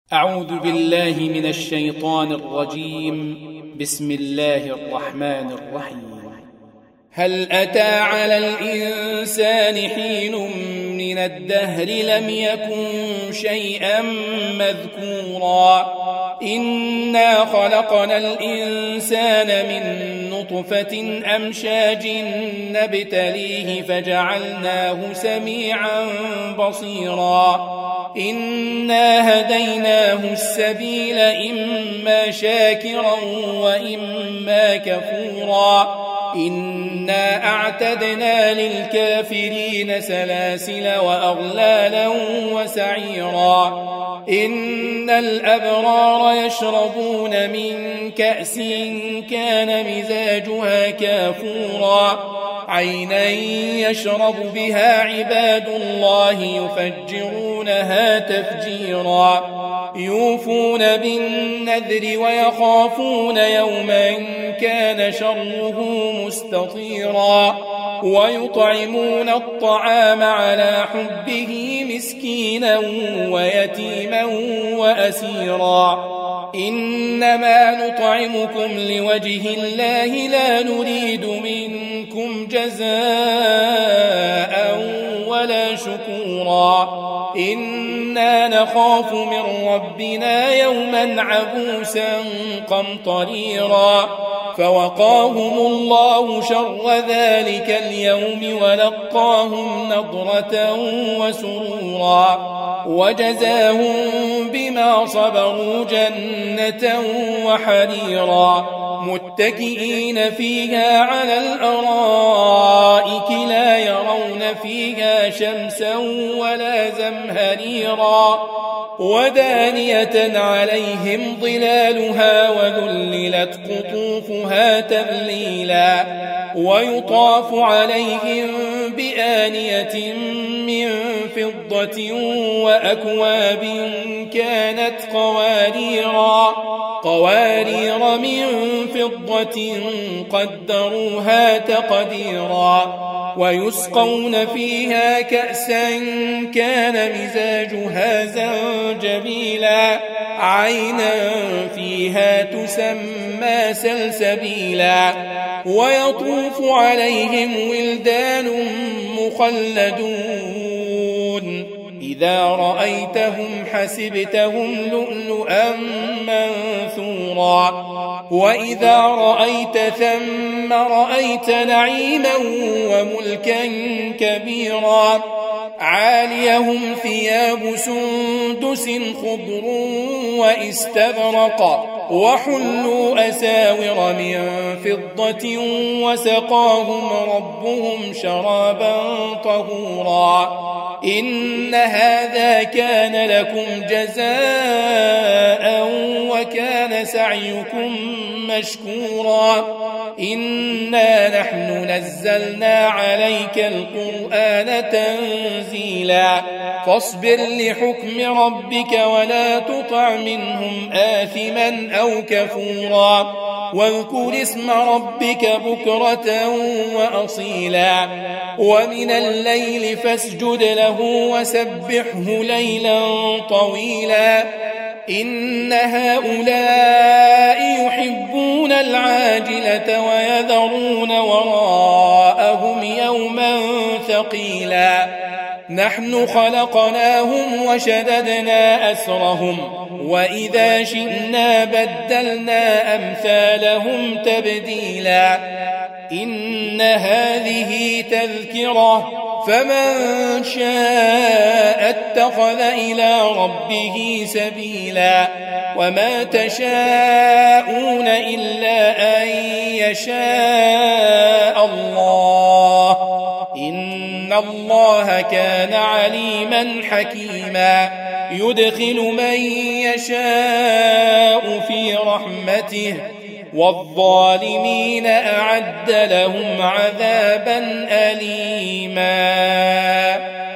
أعوذ بالله من الشيطان الرجيم. بسم الله الرحمن الرحيم. هل أتى على الإنسان حين من الدهر لم يكن شيئا مذكورا إنا خلقنا الإنسان من نطفة أمشاج نبتليه فجعلناه سميعا بصيرا إنا هديناه السبيل إما شاكرا وإما كفورا إنا أعتدنا للكافرين سلاسل وأغلالا وسعيرا إن الأبرار يشربون من كأس كان مزاجها كافورا عينا يشرب بها عباد الله يفجرونها تفجيرا يوفون بالنذر ويخافون يوما كان شره مستطيرا ويطعمون الطعام على حبه مسكينا ويتيما وأسيرا إنما نطعمكم لوجه الله لا نريد منكم جزاء ولا شكورا إنا نخاف من ربنا يوما عبوسا قمطريرا فوقاهم الله شر ذلك اليوم ولقاهم نضرة وسرورا وجزاهم بما صبروا جنة وحريرا متكئين فيها على الأرائك لا يرون فيها شمسا ولا زمهريرا ودانية عليهم ظلالها وذللت قطوفها تذليلا ويطاف عليهم بآنية من فضة وأكواب كانت قوارير من فضة قدروها تقديرا ويسقون فيها كأسا كان مزاجها زنجبيلا عينا فيها تسمى سلسبيلا ويطوف عليهم ولدان مخلدون إذا رأيتهم حسبتهم لؤلؤا منثورا وإذا رأيت ثم رأيت نعيما وملكا كبيرا عاليهم ثياب سندس خضر واستبرق وحلوا أساور من فضة وسقاهم ربهم شرابا طهورا إن هذا كان لكم جزاء وكان سعيكم مشكورا إنا نحن نزلنا عليك القرآن تنزيلا فاصبر لحكم ربك ولا تطع منهم آثما أو كفورا واذكر اسم ربك بكرة وأصيلا ومن الليل فاسجد له وسبحه ليلا طويلا إن هؤلاء يحبون العاجلة ويذرون وراءهم يوما ثقيلا نحن خلقناهم وشددنا أسرهم وإذا شئنا بدلنا أمثالهم تبديلا إن هذه تذكرة فمن شاء اتخذ إلى ربه سبيلا وما تشاءون إلا أن يشاء الله إن الله كان عليما حكيما يدخل من يشاء في رحمته والظالمين أعد لهم عذابا أليما.